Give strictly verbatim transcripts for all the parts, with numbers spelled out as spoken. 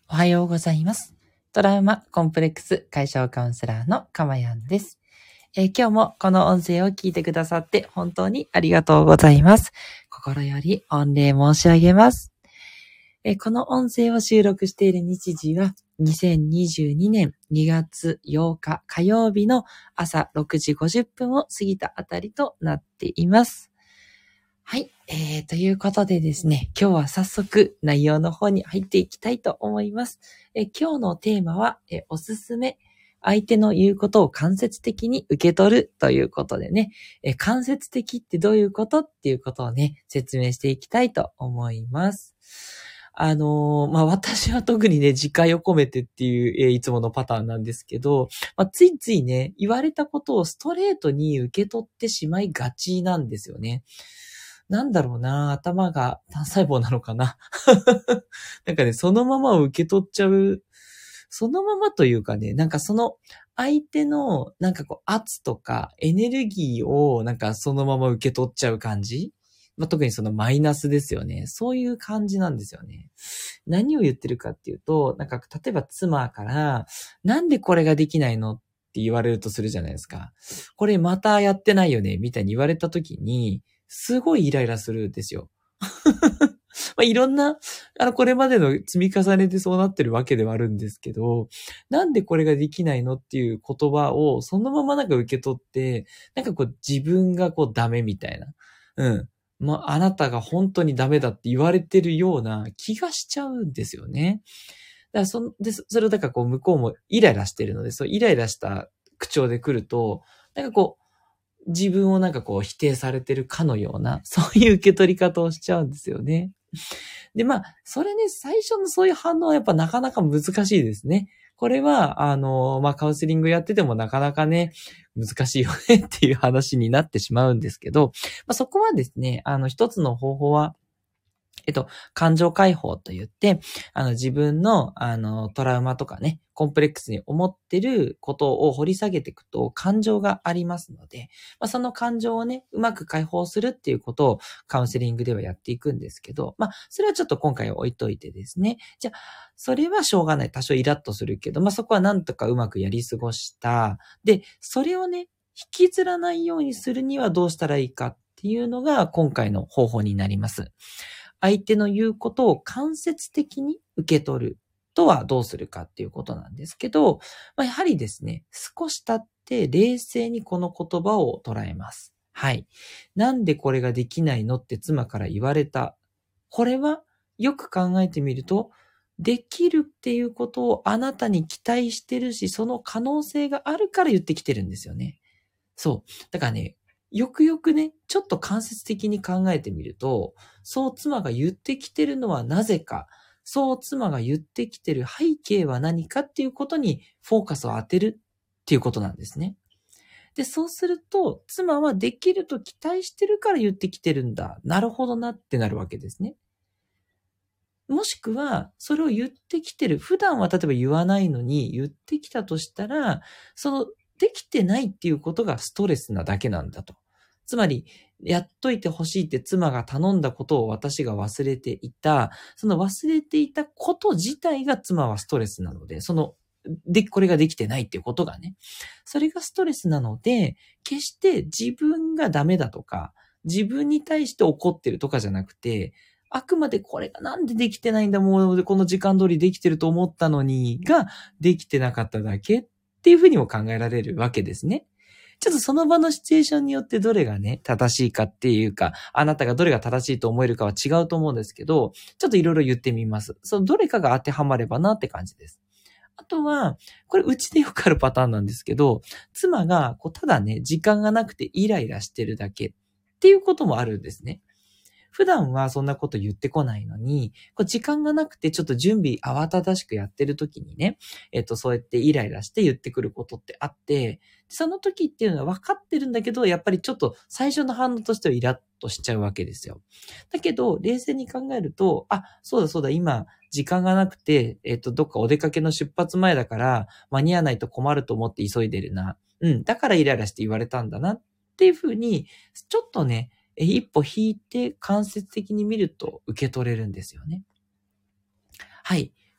おはようございます。トラウマコンプレックス解消カウンセラーのかまやんです、えー。今日もこの音声を聞いてくださって本当にありがとうございます。心より御礼申し上げます。えー、この音声を収録している日時はにせんにじゅうにねんにがつようか火曜日の朝ろくじごじゅっぷんを過ぎたあたりとなっています。はい、えー、ということでですね、今日は早速内容の方に入っていきたいと思います。えー、今日のテーマは、えー、おすすめ、相手の言うことを間接的に受け取るということでね、えー、間接的ってどういうことっていうことをね、説明していきたいと思います。あのー、まあ、私は特にね、自戒を込めてっていう、えー、いつものパターンなんですけど、まあ、ついついね、言われたことをストレートに受け取ってしまいがちなんですよね。なんだろうな、頭が単細胞なのかな。なんかね、そのままを受け取っちゃう。そのままというかね、なんかその相手のなんかこう圧とかエネルギーをなんかそのまま受け取っちゃう感じ。まあ、特にそのマイナスですよね。そういう感じなんですよね。何を言ってるかっていうと、なんか例えば妻から、なんでこれができないのって言われるとするじゃないですか。これまたやってないよねみたいに言われたときに、すごいイライラするんですよ。まあ、いろんな、あの、これまでの積み重ねでそうなってるわけではあるんですけど、なんでこれができないのっていう言葉をそのままなんか受け取って、なんかこう自分がこうダメみたいな。うん。まあ、あなたが本当にダメだって言われてるような気がしちゃうんですよね。だからそ、で、それをだからこう向こうもイライラしてるので、そうイライラした口調で来ると、なんかこう、自分をなんかこう否定されてるかのような、そういう受け取り方をしちゃうんですよね。で、まあ、それね、最初のそういう反応はやっぱなかなか難しいですね。これは、あの、まあ、カウンセリングやっててもなかなかね、難しいよねっていう話になってしまうんですけど、まあ、そこはですね、あの、一つの方法は、えっと、感情解放と言って、あの、自分の、あの、トラウマとかね、コンプレックスに思ってることを掘り下げていくと、感情がありますので、まあ、その感情をね、うまく解放するっていうことをカウンセリングではやっていくんですけど、まあ、それはちょっと今回は置いといてですね。じゃあ、それはしょうがない。多少イラッとするけど、まあ、そこはなんとかうまくやり過ごした。で、それをね、引きずらないようにするにはどうしたらいいかっていうのが今回の方法になります。相手の言うことを間接的に受け取るとはどうするかっていうことなんですけど、まあ、やはりですね、少し経って冷静にこの言葉を捉えます。はい。なんでこれができないのって妻から言われた。これはよく考えてみると、できるっていうことをあなたに期待してるし、その可能性があるから言ってきてるんですよね。そう。だからね、よくよくね、ちょっと間接的に考えてみると、そう妻が言ってきてるのはなぜか、そう妻が言ってきてる背景は何かっていうことにフォーカスを当てるっていうことなんですね。で、そうすると、妻はできると期待してるから言ってきてるんだ。なるほどなってなるわけですね。もしくは、それを言ってきてる。普段は例えば言わないのに言ってきたとしたら、その、できてないっていうことがストレスなだけなんだと。つまり、やっといてほしいって妻が頼んだことを私が忘れていた。その忘れていたこと自体が妻はストレスなので、その、で、これができてないっていうことがね。それがストレスなので、決して自分がダメだとか、自分に対して怒ってるとかじゃなくて、あくまでこれがなんでできてないんだ、もうこの時間通りできてると思ったのにができてなかっただけっていうふうにも考えられるわけですね。ちょっとその場のシチュエーションによってどれがね、正しいかっていうか、あなたがどれが正しいと思えるかは違うと思うんですけど、ちょっといろいろ言ってみます。そのどれかが当てはまればなって感じです。あとは、これうちでよくあるパターンなんですけど、妻がこうただね、時間がなくてイライラしてるだけっていうこともあるんですね。普段はそんなこと言ってこないのに、こう時間がなくてちょっと準備慌ただしくやってる時にね、えっと、そうやってイライラして言ってくることってあって、その時っていうのは分かってるんだけど、やっぱりちょっと最初の反応としてはイラッとしちゃうわけですよ。だけど、冷静に考えると、あ、そうだそうだ、今、時間がなくて、えっと、どっかお出かけの出発前だから、間に合わないと困ると思って急いでるな。うん、だからイライラして言われたんだなっていうふうに、ちょっとね、一歩引いて間接的に見ると受け取れるんですよね。はい。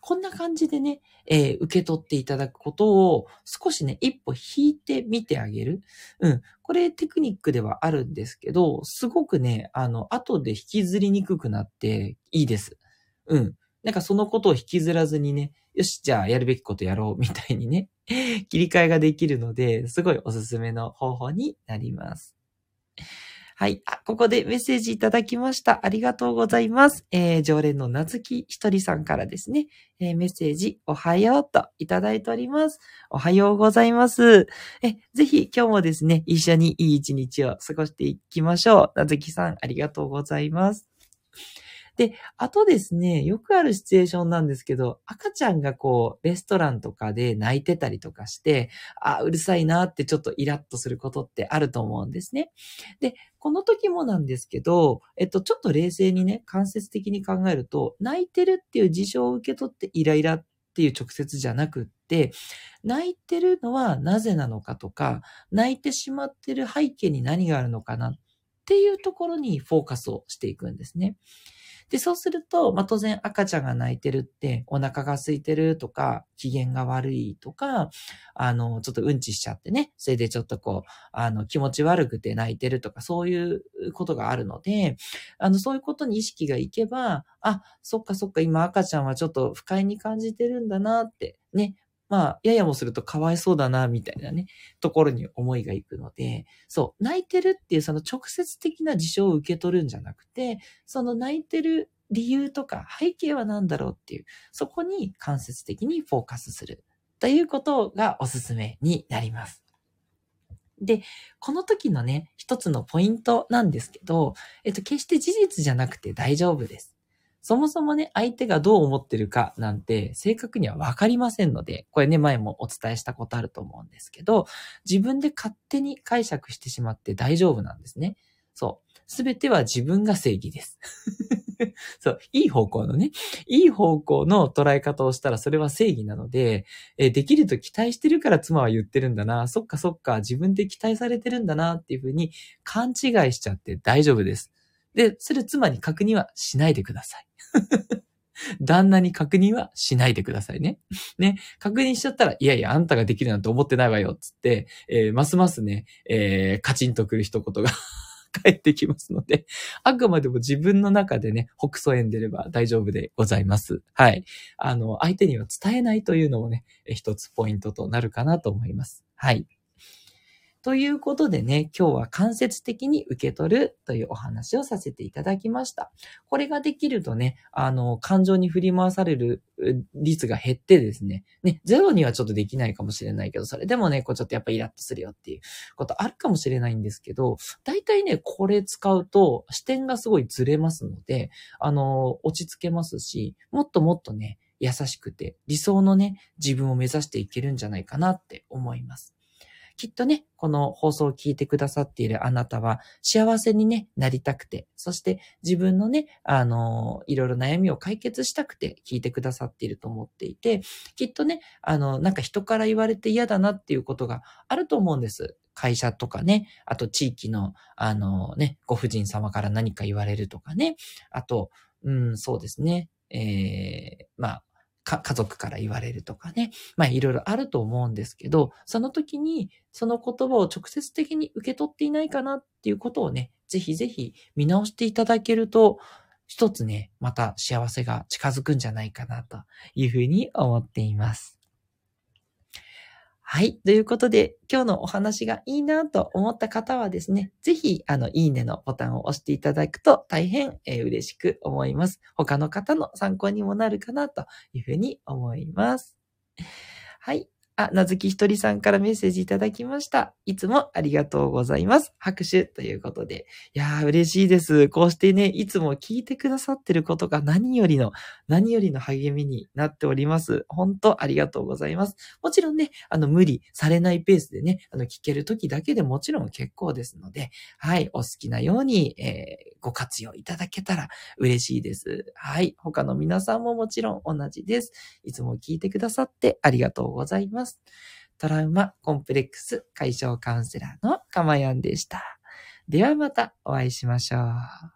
こんな感じでね、えー受け取っていただくことを少しね、一歩引いてみてあげる。うん。これテクニックではあるんですけど、すごくね、あの、後で引きずりにくくなっていいです。うん。なんかそのことを引きずらずにね、よし、じゃあやるべきことやろうみたいにね、切り替えができるので、すごいおすすめの方法になります。はい。あ、ここでメッセージいただきました。ありがとうございます。えー、常連のなつきひとりさんからですね、えー、メッセージ、おはようといただいております。おはようございます。え、ぜひ今日もですね、一緒にいい一日を過ごしていきましょう。なつきさん、ありがとうございます。で、あとですね、よくあるシチュエーションなんですけど、赤ちゃんがこう、レストランとかで泣いてたりとかして、あ、うるさいなってちょっとイラッとすることってあると思うんですね。で、この時もなんですけど、えっと、ちょっと冷静にね、間接的に考えると、泣いてるっていう事象を受け取ってイライラっていう直接じゃなくって、泣いてるのはなぜなのかとか、泣いてしまってる背景に何があるのかなっていうところにフォーカスをしていくんですね。で、そうすると、まあ、当然赤ちゃんが泣いてるって、お腹が空いてるとか、機嫌が悪いとか、あの、ちょっとうんちしちゃってね、それでちょっとこう、あの、気持ち悪くて泣いてるとか、そういうことがあるので、あの、そういうことに意識がいけば、あ、そっかそっか、今赤ちゃんはちょっと不快に感じてるんだなって、ね、まあ、ややもするとかわいそうだな、みたいなね、ところに思いがいくので、そう、泣いてるっていうその直接的な事象を受け取るんじゃなくて、その泣いてる理由とか背景は何だろうっていう、そこに間接的にフォーカスするということがおすすめになります。で、この時のね、一つのポイントなんですけど、えっと、決して事実じゃなくて大丈夫です。そもそもね、相手がどう思ってるかなんて正確にはわかりませんので、これね、前もお伝えしたことあると思うんですけど、自分で勝手に解釈してしまって大丈夫なんですね。そう。すべては自分が正義です。そう、いい方向のね、いい方向の捉え方をしたらそれは正義なので、えーできると期待してるから妻は言ってるんだな、そっかそっか、自分で期待されてるんだなっていうふうに勘違いしちゃって大丈夫です。で、それ妻に確認はしないでください。旦那に確認はしないでくださいね。ね、確認しちゃったら、いやいや、あんたができるなんて思ってないわよ、つって、えーますますね、えーカチンとくる一言が返ってきますので、あくまでも自分の中でね、北総園出れば大丈夫でございます。はい。あの、相手には伝えないというのもね、一つポイントとなるかなと思います。はい。ということでね、今日は間接的に受け取るというお話をさせていただきました。これができるとね、あの、感情に振り回される率が減ってですね、ね、ゼロにはちょっとできないかもしれないけど、それでもね、こうちょっとやっぱイラッとするよっていうことあるかもしれないんですけど、大体ね、これ使うと視点がすごいずれますので、あの、落ち着けますし、もっともっとね、優しくて理想のね、自分を目指していけるんじゃないかなって思います。きっとね、この放送を聞いてくださっているあなたは幸せにね、なりたくて、そして自分のね、あの、いろいろ悩みを解決したくて聞いてくださっていると思っていて、きっとね、あの、なんか人から言われて嫌だなっていうことがあると思うんです。会社とかね、あと地域の、あのね、ご婦人様から何か言われるとかね、あと、うん、そうですね、えー、まあ、か、家族から言われるとかね。まあいろいろあると思うんですけど、その時にその言葉を直接的に受け取っていないかなっていうことをね、ぜひぜひ見直していただけると、一つね、また幸せが近づくんじゃないかなというふうに思っています。はい。ということで、今日のお話がいいなと思った方はですね、ぜひ、あの、いいねのボタンを押していただくと大変、えー嬉しく思います。他の方の参考にもなるかなというふうに思います。はい。あ、なずきひとりさんからメッセージいただきました。いつもありがとうございます。拍手ということで。いやー、嬉しいです。こうしてね、いつも聞いてくださってることが何よりの、何よりの励みになっております。本当ありがとうございます。もちろんね、あの、無理されないペースでね、あの、聞ける時だけでもちろん結構ですので、はい、お好きなように、えー、ご活用いただけたら嬉しいです。はい、他の皆さんももちろん同じです。いつも聞いてくださってありがとうございます。トラウマコンプレックス解消カウンセラーのかまやんでした。ではまたお会いしましょう。